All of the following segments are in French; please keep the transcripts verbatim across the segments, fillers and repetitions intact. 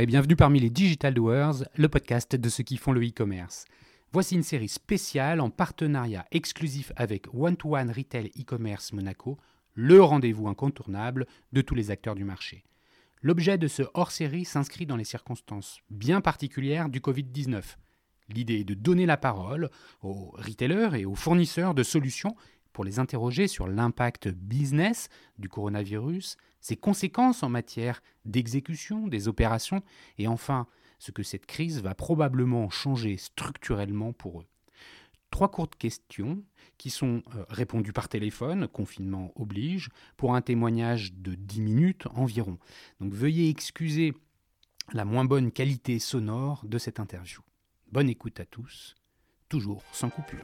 et bienvenue parmi les Digital Doers, le podcast de ceux qui font le e-commerce. Voici une série spéciale en partenariat exclusif avec One-to-One Retail e-commerce Monaco, le rendez-vous incontournable de tous les acteurs du marché. L'objet de ce hors-série s'inscrit dans les circonstances bien particulières du covid dix-neuf. L'idée est de donner la parole aux retailers et aux fournisseurs de solutions pour les interroger sur l'impact business du coronavirus, ses conséquences en matière d'exécution des opérations et enfin ce que cette crise va probablement changer structurellement pour eux. Trois courtes questions qui sont euh, répondues par téléphone, confinement oblige, pour un témoignage de dix minutes environ. Donc veuillez excuser la moins bonne qualité sonore de cette interview. Bonne écoute à tous, toujours sans coupure.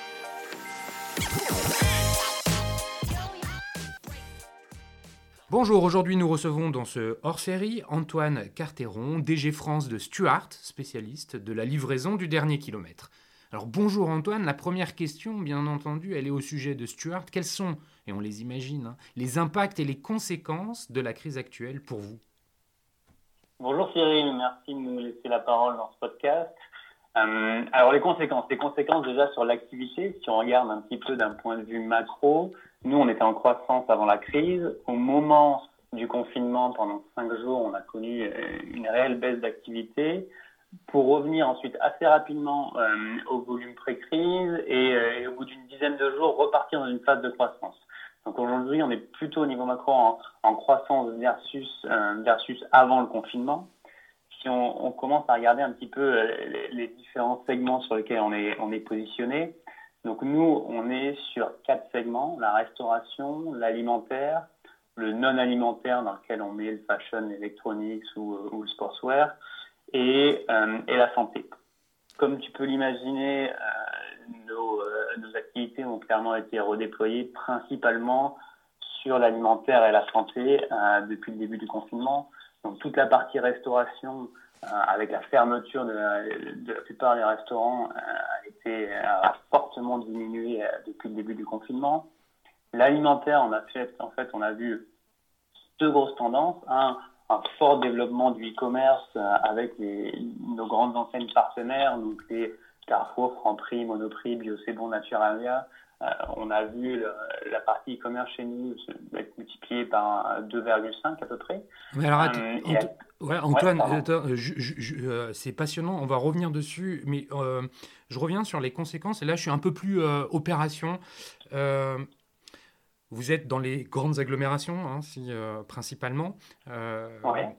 Bonjour, aujourd'hui nous recevons dans ce hors-série Antoine Carteron, D G France de Stuart, spécialiste de la livraison du dernier kilomètre. Alors bonjour Antoine, la première question, bien entendu, elle est au sujet de Stuart. Quels sont, et on les imagine, hein, les impacts et les conséquences de la crise actuelle pour vous ? Bonjour Cyril, merci de nous laisser la parole dans ce podcast. Euh, alors les conséquences, les conséquences déjà sur l'activité, si on regarde un petit peu d'un point de vue macro, nous on était en croissance avant la crise. Au moment du confinement, pendant cinq jours, on a connu une réelle baisse d'activité pour revenir ensuite assez rapidement euh, au volume pré-crise et, euh, et au bout d'une dizaine de jours repartir dans une phase de croissance. Donc aujourd'hui on est plutôt au niveau macro en, en croissance versus, euh, versus avant le confinement. Si on, on commence à regarder un petit peu les, les différents segments sur lesquels on est, on est positionné, donc nous, on est sur quatre segments, la restauration, l'alimentaire, le non-alimentaire dans lequel on met le fashion, l'électronique ou, ou le sportswear, et, euh, et la santé. Comme tu peux l'imaginer, euh, nos, euh, nos activités ont clairement été redéployées principalement sur l'alimentaire et la santé euh, depuis le début du confinement. Donc toute la partie restauration, euh, avec la fermeture de la, de la plupart des restaurants, euh, a été euh, fortement diminuée euh, depuis le début du confinement. L'alimentaire, on a fait, en fait, on a vu deux grosses tendances. Un, un fort développement du e-commerce euh, avec les, nos grandes enseignes partenaires, donc les Carrefour, Franprix, Monoprix, Bio C'est Bon, Naturalia. Euh, on a vu le, la partie e-commerce chez nous être multipliée par deux virgule cinq à peu près. Mais alors, attends, Euh, Ant- à... ouais, Antoine, ouais, attends, je, je, je, euh, c'est passionnant, on va revenir dessus, mais euh, je reviens sur les conséquences, et là je suis un peu plus euh, opération. Euh, vous êtes dans les grandes agglomérations, hein, si, euh, principalement. Euh, ouais.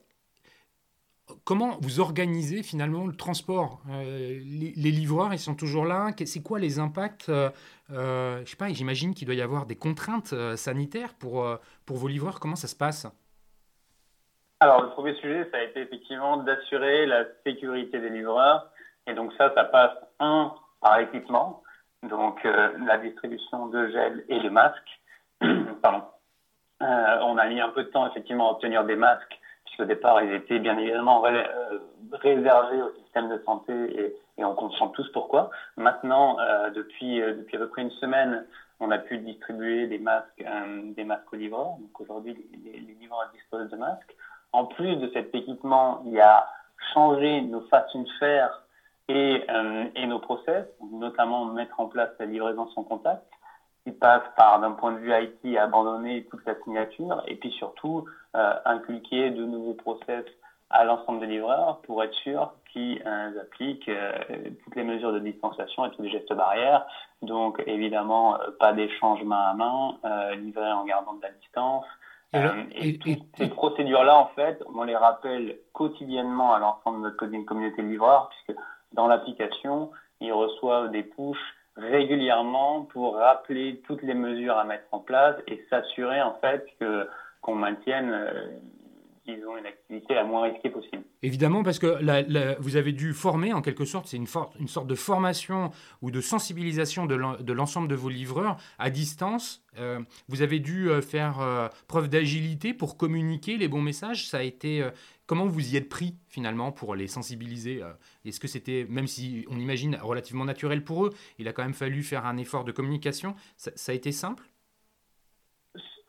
Comment vous organisez finalement le transport ? euh, les, les livreurs, ils sont toujours là. C'est quoi les impacts ? euh, euh, Je sais pas, j'imagine qu'il doit y avoir des contraintes euh, sanitaires pour, euh, pour vos livreurs. Comment ça se passe ? Alors, le premier sujet, ça a été effectivement d'assurer la sécurité des livreurs. Et donc ça, ça passe, un, par équipement, donc euh, la distribution de gel et de masques. Pardon. Euh, on a mis un peu de temps, effectivement, à obtenir des masques, puisqu'au départ, ils étaient bien évidemment ré- euh, réservés au système de santé et, et on comprend tous pourquoi. Maintenant, euh, depuis, euh, depuis à peu près une semaine, on a pu distribuer des masques, euh, des masques aux livreurs. Donc aujourd'hui, les, les, les livreurs disposent de masques. En plus de cet équipement, il y a changé nos façons de faire et, euh, et nos process, notamment mettre en place la livraison sans contact, qui passe par, d'un point de vue I T, abandonner toute la signature et puis surtout euh, inculquer de nouveaux process à l'ensemble des livreurs pour être sûr qu'ils euh, appliquent euh, toutes les mesures de distanciation et tous les gestes barrières. Donc évidemment, euh, pas d'échange main à main, euh, livrer en gardant de la distance. Et, là, Euh, et, et, toutes et, ces et... procédures-là, en fait, on les rappelle quotidiennement à l'ensemble de notre communauté de livreurs, puisque dans l'application, ils reçoivent des pushs régulièrement pour rappeler toutes les mesures à mettre en place et s'assurer en fait que qu'on maintienne, euh, disons, une activité la moins risquée possible. Évidemment, parce que la, la, vous avez dû former, en quelque sorte, c'est une, for- une sorte de formation ou de sensibilisation de, l'en- de l'ensemble de vos livreurs à distance. Euh, vous avez dû euh, faire euh, preuve d'agilité pour communiquer les bons messages. Ça a été, euh, comment vous y êtes pris, finalement, pour les sensibiliser euh, Est-ce que c'était, même si on imagine relativement naturel pour eux, il a quand même fallu faire un effort de communication. Ça, ça a été simple ?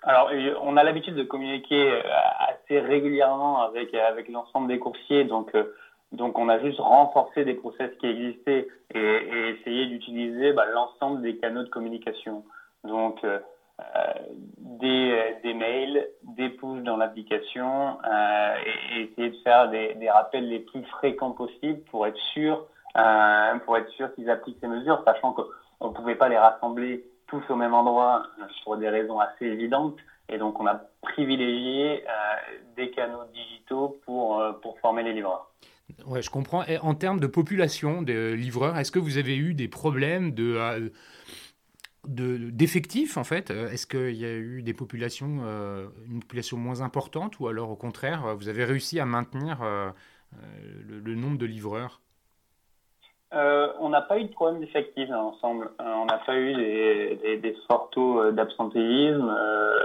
Alors, on a l'habitude de communiquer assez régulièrement avec, avec l'ensemble des coursiers, donc, donc on a juste renforcé des process qui existaient et, et essayé d'utiliser bah, l'ensemble des canaux de communication. Donc, euh, des, des mails, des push dans l'application euh, et, et essayer de faire des, des rappels les plus fréquents possibles pour être sûr, euh, pour être sûr qu'ils appliquent ces mesures, sachant qu'on ne pouvait pas les rassembler tous au même endroit pour des raisons assez évidentes. Et donc, on a privilégié euh, des canaux digitaux pour, euh, pour former les livreurs. Ouais, je comprends. Et en termes de population de livreurs, est-ce que vous avez eu des problèmes de, euh, de, d'effectifs, en fait? Est-ce qu'il y a eu des populations, euh, une population moins importante ou alors au contraire, vous avez réussi à maintenir euh, le, le nombre de livreurs? Euh, on n'a pas eu de problème d'effectifs dans l'ensemble. Euh, on n'a pas eu des, des, des forts taux d'absentéisme. Euh,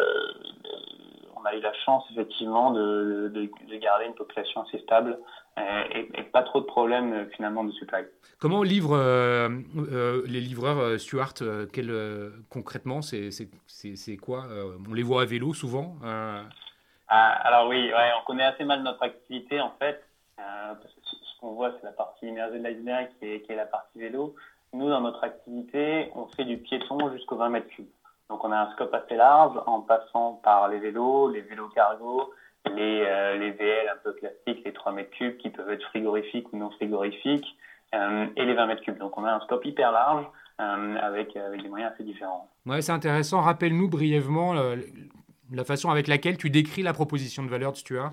on a eu la chance effectivement de, de, de garder une population assez stable euh, et, et pas trop de problèmes finalement de supply. Comment livrent euh, euh, les livreurs euh, Stuart euh, quel, euh, concrètement, c'est, c'est, c'est, c'est quoi euh, On les voit à vélo souvent euh... ah, Alors oui, ouais, on connaît assez mal notre activité en fait. Euh, parce que ce qu'on voit, c'est la partie immergée de l'iceberg qui est, qui est la partie vélo. Nous, dans notre activité, on fait du piéton jusqu'aux vingt mètres cubes. Donc, on a un scope assez large en passant par les vélos, les vélos cargo, les, euh, les V L un peu classiques, les trois mètres cubes qui peuvent être frigorifiques ou non frigorifiques, euh, et les vingt mètres cubes. Donc, on a un scope hyper large euh, avec, avec des moyens assez différents. Ouais, c'est intéressant. Rappelle-nous brièvement euh, la façon avec laquelle tu décris la proposition de valeur de Stuart.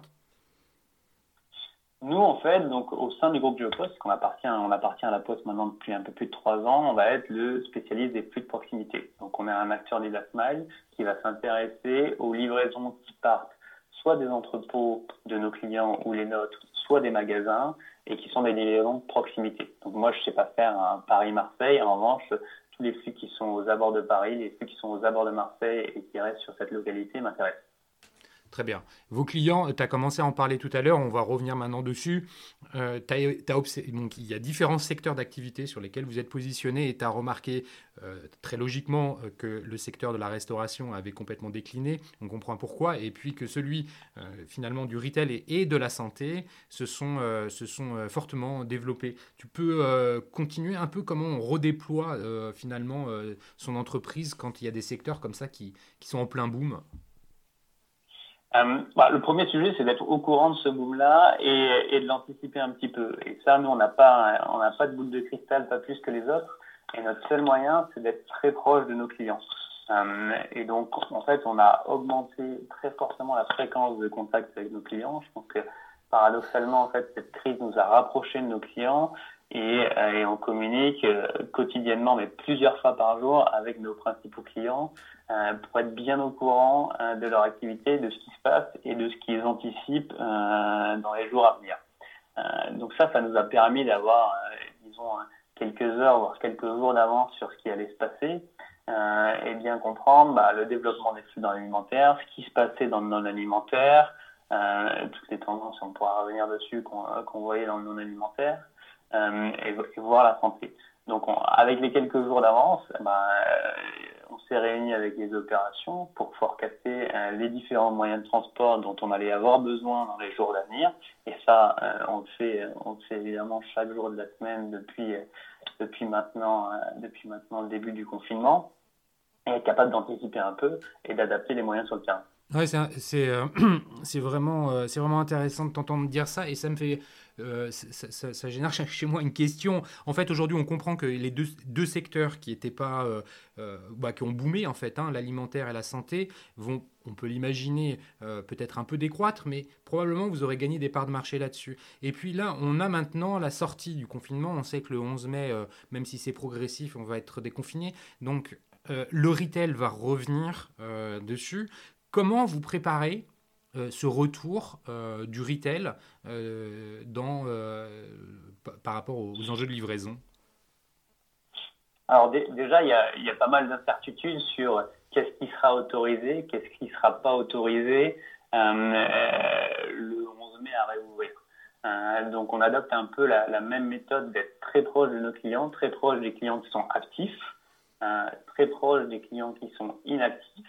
Nous, en fait, donc au sein du groupe Geopost, qu'on appartient, on appartient à la Poste maintenant depuis un peu plus de trois ans, on va être le spécialiste des flux de proximité. Donc, on est un acteur du last mile qui va s'intéresser aux livraisons qui partent soit des entrepôts de nos clients ou les nôtres, soit des magasins, et qui sont des livraisons de proximité. Donc, moi, je ne sais pas faire un Paris-Marseille. En revanche, tous les flux qui sont aux abords de Paris, les flux qui sont aux abords de Marseille et qui restent sur cette localité m'intéressent. Très bien. Vos clients, tu as commencé à en parler tout à l'heure, on va revenir maintenant dessus. Euh, t'as, t'as obs- donc, il y a différents secteurs d'activité sur lesquels vous êtes positionné et tu as remarqué euh, très logiquement euh, que le secteur de la restauration avait complètement décliné. On comprend pourquoi. Et puis que celui euh, finalement du retail et, et de la santé se sont, euh, se sont euh, fortement développés. Tu peux euh, continuer un peu comment on redéploie euh, finalement euh, son entreprise quand il y a des secteurs comme ça qui, qui sont en plein boom? Euh, bah, le premier sujet, c'est d'être au courant de ce boom-là et, et de l'anticiper un petit peu. Et ça, nous, on n'a pas, on n'a pas de boule de cristal, pas plus que les autres. Et notre seul moyen, c'est d'être très proche de nos clients. Euh, et donc, en fait, on a augmenté très fortement la fréquence de contact avec nos clients. Je pense que paradoxalement, en fait, cette crise nous a rapprochés de nos clients et, euh, et on communique euh, quotidiennement, mais plusieurs fois par jour, avec nos principaux clients euh, pour être bien au courant euh, de leur activité, de ce qui se passe et de ce qu'ils anticipent euh, dans les jours à venir. Euh, donc ça, ça nous a permis d'avoir, euh, disons, quelques heures, voire quelques jours d'avance sur ce qui allait se passer euh, et bien comprendre bah, le développement des flux dans l'alimentaire, ce qui se passait dans le non-alimentaire, euh, toutes les tendances, on pourra revenir dessus, qu'on, qu'on voyait dans le non-alimentaire, euh, et, et voir la santé. Donc, on, avec les quelques jours d'avance, bah, euh, on s'est réunis avec les opérations pour forecaster euh, les différents moyens de transport dont on allait avoir besoin dans les jours d'avenir. Et ça, euh, on le fait, on le fait évidemment chaque jour de la semaine depuis, euh, depuis maintenant, euh, depuis maintenant le début du confinement, et être capable d'anticiper un peu et d'adapter les moyens sur le terrain. Ouais, c'est, c'est, euh, c'est vraiment, euh, c'est vraiment intéressant de t'entendre dire ça et ça me fait, euh, ça, ça- ça génère chez chez moi une question. En fait, aujourd'hui, on comprend que les deux, deux secteurs qui étaient pas, euh, euh, bah, qui ont boomé en fait, hein, l'alimentaire et la santé, vont, on peut l'imaginer, euh, peut-être un peu décroître, mais probablement vous aurez gagné des parts de marché là-dessus. Et puis là, on a maintenant la sortie du confinement. On sait que le onze mai, euh, même si c'est progressif, on va être déconfiné. Donc euh, le retail va revenir euh, dessus. Comment vous préparez euh, ce retour euh, du retail euh, dans, euh, p- par rapport aux enjeux de livraison? Alors dé- déjà, il y a, il y a pas mal d'incertitudes sur qu'est-ce qui sera autorisé, qu'est-ce qui ne sera pas autorisé euh, euh, le onze mai à réouvrir. Euh, donc on adopte un peu la, la même méthode d'être très proche de nos clients, très proche des clients qui sont actifs, euh, très proche des clients qui sont inactifs,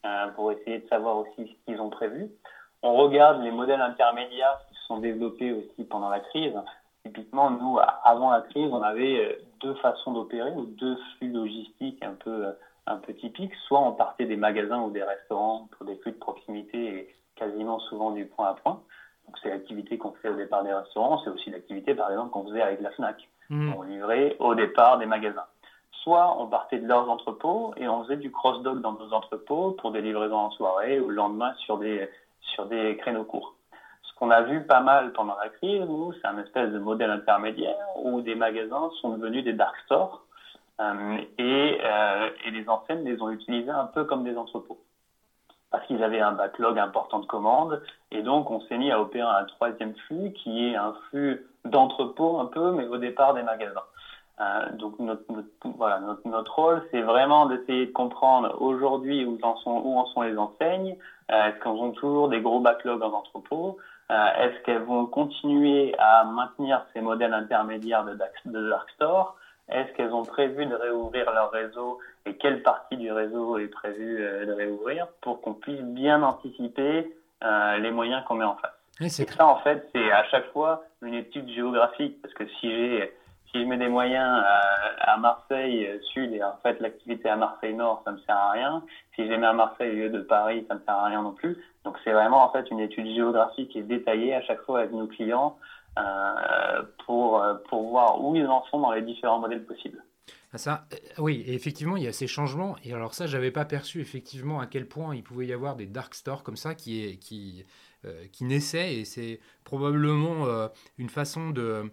euh, pour essayer de savoir aussi ce qu'ils ont prévu. On regarde les modèles intermédiaires qui se sont développés aussi pendant la crise. Typiquement, nous, avant la crise, on avait deux façons d'opérer ou deux flux logistiques un peu, un peu typiques. Soit on partait des magasins ou des restaurants pour des flux de proximité et quasiment souvent du point à point. Donc c'est l'activité qu'on fait au départ des restaurants. C'est aussi l'activité, par exemple, qu'on faisait avec la Fnac. Mmh. On livrait au départ des magasins. Soit on partait de leurs entrepôts et on faisait du cross-dock dans nos entrepôts pour des livraisons en soirée ou le lendemain sur des, sur des créneaux courts. Ce qu'on a vu pas mal pendant la crise, nous, c'est un espèce de modèle intermédiaire où des magasins sont devenus des dark stores euh, et, euh, et les enseignes les ont utilisés un peu comme des entrepôts. Parce qu'ils avaient un backlog important de commandes et donc on s'est mis à opérer un troisième flux qui est un flux d'entrepôt un peu, mais au départ des magasins. Euh, donc notre, notre, voilà, notre, notre rôle, c'est vraiment d'essayer de comprendre aujourd'hui où en sont, où en sont les enseignes. Euh, est-ce qu'elles ont toujours des gros backlogs en entrepôt? euh, Est-ce qu'elles vont continuer à maintenir ces modèles intermédiaires de dark, de dark store? Est-ce qu'elles ont prévu de réouvrir leur réseau et quelle partie du réseau est prévue euh, de réouvrir pour qu'on puisse bien anticiper euh, les moyens qu'on met en face? Oui, c'est... Et ça, en fait, c'est à chaque fois une étude géographique parce que si j'ai Si je mets des moyens à, à Marseille Sud et en fait l'activité à Marseille Nord, ça me sert à rien. Si je les mets à Marseille au lieu de Paris, ça me sert à rien non plus. Donc c'est vraiment en fait une étude géographique et détaillée à chaque fois avec nos clients euh, pour pour voir où ils en sont dans les différents modèles possibles. Ça, euh, oui, et effectivement, il y a ces changements. Et alors ça, j'avais pas perçu effectivement à quel point il pouvait y avoir des dark stores comme ça qui est, qui euh, qui naissaient. Et c'est probablement euh, une façon de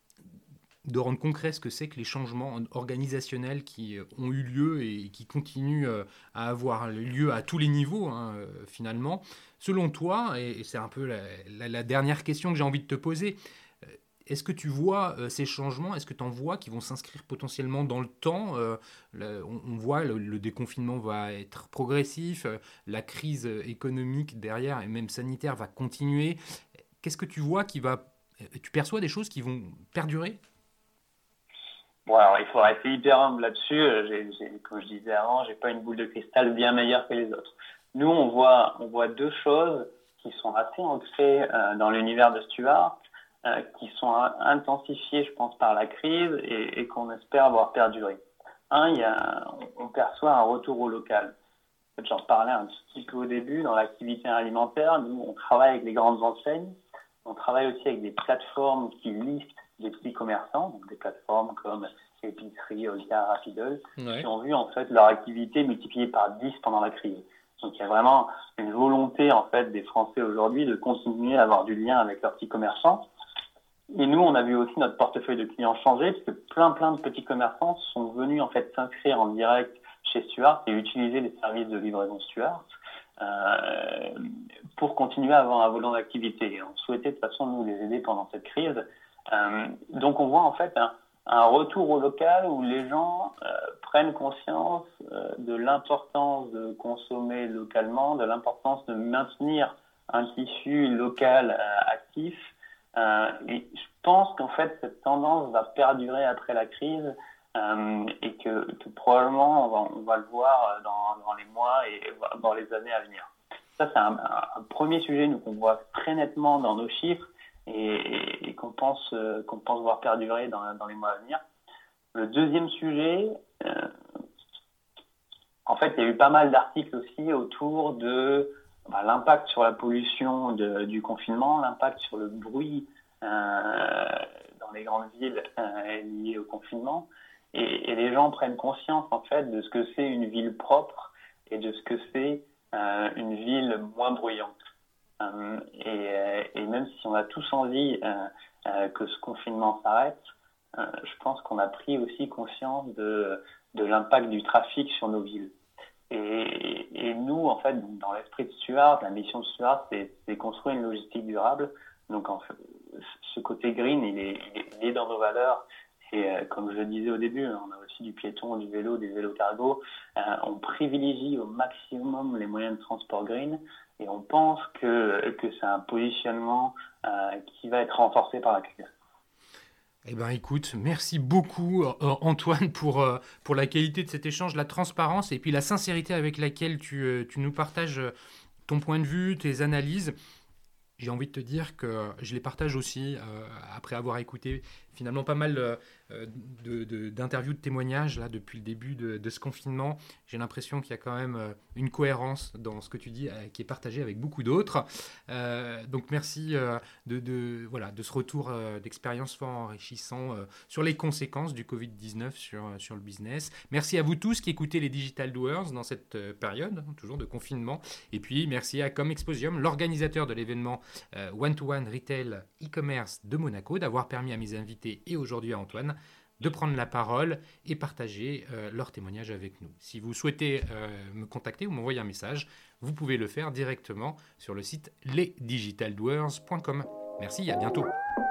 de rendre concret ce que c'est que les changements organisationnels qui ont eu lieu et qui continuent à avoir lieu à tous les niveaux, hein, finalement. Selon toi, et c'est un peu la, la, la dernière question que j'ai envie de te poser, est-ce que tu vois euh, ces changements, est-ce que tu en vois qui vont s'inscrire potentiellement dans le temps? euh, le, on, on voit le, le déconfinement va être progressif, euh, la crise économique derrière et même sanitaire va continuer. Qu'est-ce que tu vois qui va... Tu perçois des choses qui vont perdurer? Bon, alors il faut rester hyper humble là-dessus. J'ai, j'ai, comme je disais avant, j'ai pas une boule de cristal bien meilleure que les autres. Nous, on voit, on voit deux choses qui sont assez ancrées euh, dans l'univers de Stuart, euh, qui sont intensifiées, je pense, par la crise et, et qu'on espère voir perdurer. Un, il y a, on perçoit un retour au local. En fait, j'en parlais un petit peu au début dans l'activité alimentaire. Nous, on travaille avec les grandes enseignes. On travaille aussi avec des plateformes qui listent des petits commerçants, donc des plateformes comme Épicerie, Olga, Rapideuse, ouais. qui ont vu en fait leur activité multipliée par dix pendant la crise. Donc il y a vraiment une volonté en fait des Français aujourd'hui de continuer à avoir du lien avec leurs petits commerçants. Et nous, on a vu aussi notre portefeuille de clients changer parce que plein plein de petits commerçants sont venus en fait s'inscrire en direct chez Stuart et utiliser les services de livraison Stuart. Euh, pour continuer à avoir un volant d'activité. Et on souhaitait de toute façon nous les aider pendant cette crise. Euh, donc on voit en fait un, un retour au local où les gens euh, prennent conscience euh, de l'importance de consommer localement, de l'importance de maintenir un tissu local euh, actif. Euh, et je pense qu'en fait cette tendance va perdurer après la crise. Euh, et que, que probablement on va, on va le voir dans, dans les mois et dans les années à venir. Ça, c'est un, un, un premier sujet nous, qu'on voit très nettement dans nos chiffres et, et, et qu'on, pense, euh, qu'on pense voir perdurer dans, dans les mois à venir. Le deuxième sujet, euh, en fait, il y a eu pas mal d'articles aussi autour de bah, l'impact sur la pollution de, du confinement, l'impact sur le bruit euh, dans les grandes villes euh, lié au confinement. Et, et les gens prennent conscience en fait de ce que c'est une ville propre et de ce que c'est euh, une ville moins bruyante. Euh, et, et même si on a tous envie euh, euh, que ce confinement s'arrête, euh, je pense qu'on a pris aussi conscience de, de l'impact du trafic sur nos villes. Et, et nous, en fait, dans l'esprit de Stuart, la mission de Stuart, c'est, c'est construire une logistique durable. Donc, en fait, ce côté green, il est, il est, il est dans nos valeurs. Et euh, comme je le disais au début, on a aussi du piéton, du vélo, des vélos cargo. Euh, on privilégie au maximum les moyens de transport green et on pense que, que c'est un positionnement euh, qui va être renforcé par la crise. Eh ben, écoute, merci beaucoup euh, Antoine pour, euh, pour la qualité de cet échange, la transparence et puis la sincérité avec laquelle tu, euh, tu nous partages euh, ton point de vue, tes analyses. J'ai envie de te dire que je les partage aussi euh, après avoir écouté finalement pas mal euh, de, de, d'interviews, de témoignages là, depuis le début de, de ce confinement. J'ai l'impression qu'il y a quand même euh, une cohérence dans ce que tu dis euh, qui est partagée avec beaucoup d'autres. Euh, donc merci euh, de, de, voilà, de ce retour euh, d'expérience fort enrichissant euh, sur les conséquences du covid dix-neuf sur, sur le business. Merci à vous tous qui écoutez les Digital Doers dans cette euh, période, hein, toujours de confinement. Et puis merci à Comexposium, l'organisateur de l'événement Euh, One-to-One Retail e-commerce de Monaco, d'avoir permis à mes invités et aujourd'hui à Antoine de prendre la parole et partager euh, leur témoignage avec nous. Si vous souhaitez euh, me contacter ou m'envoyer un message, vous pouvez le faire directement sur le site les digital doers point com. Merci, à bientôt.